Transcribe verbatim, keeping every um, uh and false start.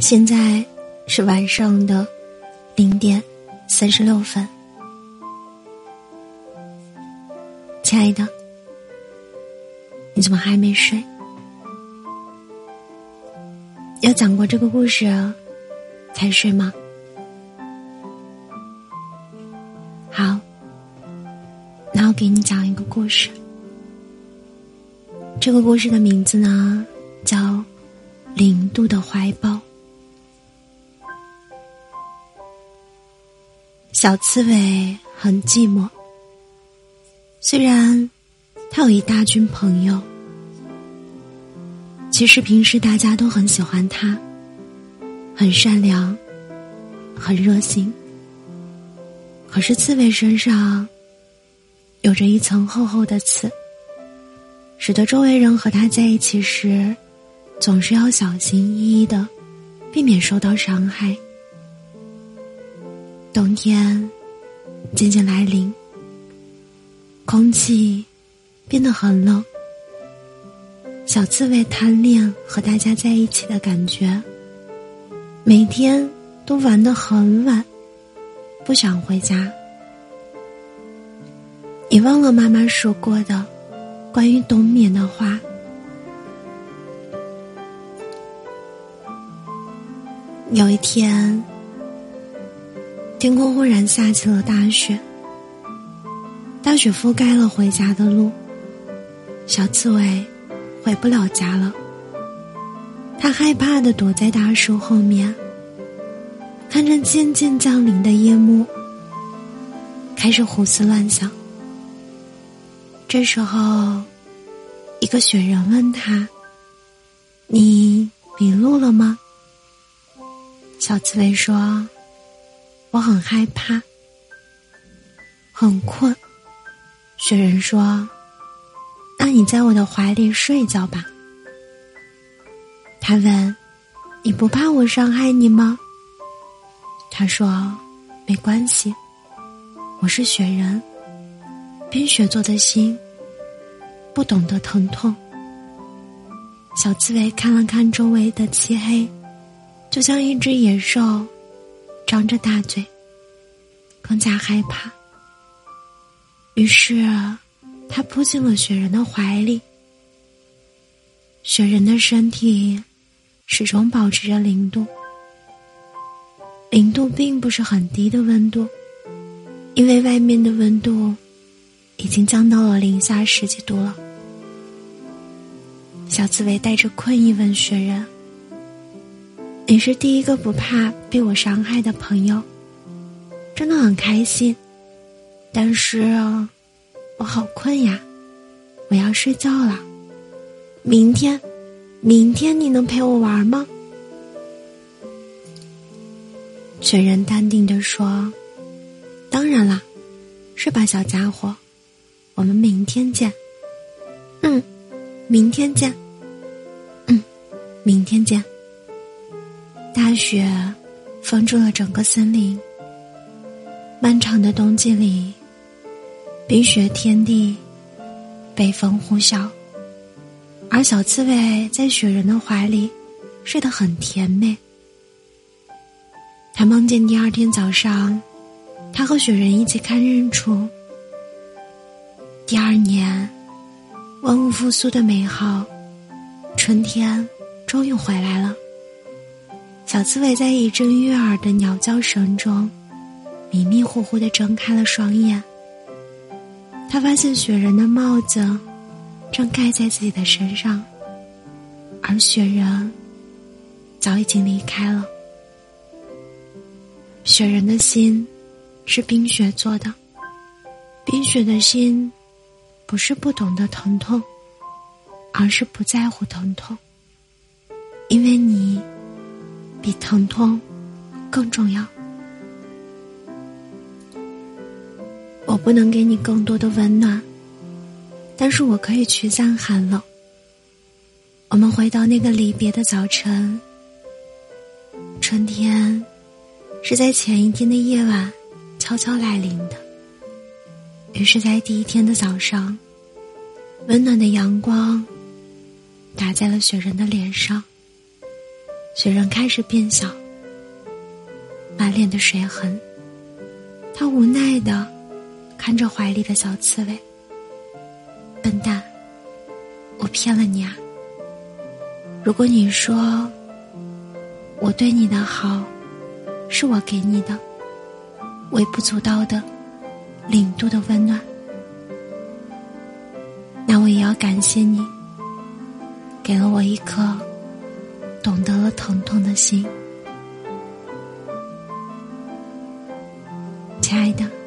现在是晚上的零点三十六分。亲爱的，你怎么还没睡？要讲过这个故事才睡吗？好，那我给你讲一个故事。这个故事的名字呢，叫零度的怀抱。小刺猬很寂寞，虽然他有一大群朋友，其实平时大家都很喜欢他，很善良，很热心。可是刺猬身上有着一层厚厚的刺，使得周围人和他在一起时总是要小心翼翼的，避免受到伤害。冬天渐渐来临，空气变得很冷，小刺猬贪恋和大家在一起的感觉，每天都玩得很晚，不想回家。你忘了妈妈说过的关于冬眠的话。有一天，天空忽然下起了大雪，大雪覆盖了回家的路，小刺猬回不了家了。他害怕地躲在大树后面，看着渐渐降临的夜幕，开始胡思乱想。这时候，一个雪人问他：“你迷路了吗？”小刺猬说：“我很害怕，很困。”雪人说：“那你在我的怀里睡觉吧。”他问：“你不怕我伤害你吗？”他说：“没关系，我是雪人，冰雪做的心，不懂得疼痛。”小刺猬看了看周围的漆黑，就像一只野兽，张着大嘴，更加害怕。于是他扑进了雪人的怀里。雪人的身体始终保持着零度，零度并不是很低的温度，因为外面的温度已经降到了零下十几度了。小刺猬带着困意问雪人：“你是第一个不怕被我伤害的朋友，真的很开心。但是我好困呀，我要睡觉了。明天，明天你能陪我玩吗？”雪人淡定地说：“当然啦，睡吧，小家伙，我们明天见。”“嗯，明天见。”“嗯，明天见。”大雪封住了整个森林。漫长的冬季里，冰雪天地，北风呼啸，而小刺猬在雪人的怀里睡得很甜美。他梦见第二天早上，他和雪人一起看日出。第二年，万物复苏的美好，春天终于回来了。小刺猬在一阵悦耳的鸟叫声中，迷迷糊糊地睁开了双眼。他发现雪人的帽子正盖在自己的身上，而雪人早已经离开了。雪人的心是冰雪做的，冰雪的心不是不懂得疼痛，而是不在乎疼痛，因为你比疼痛更重要。我不能给你更多的温暖，但是我可以驱散寒冷。我们回到那个离别的早晨，春天是在前一天的夜晚悄悄来临的。于是在第一天的早上，温暖的阳光打在了雪人的脸上， 雪人开始变小，满脸的水痕。他无奈地看着怀里的小刺猬，笨蛋，我骗了你啊！如果你说我对你的好是我给你的微不足道的零度的温暖，那我也要感谢你，给了我一颗懂得了疼痛的心。亲爱的，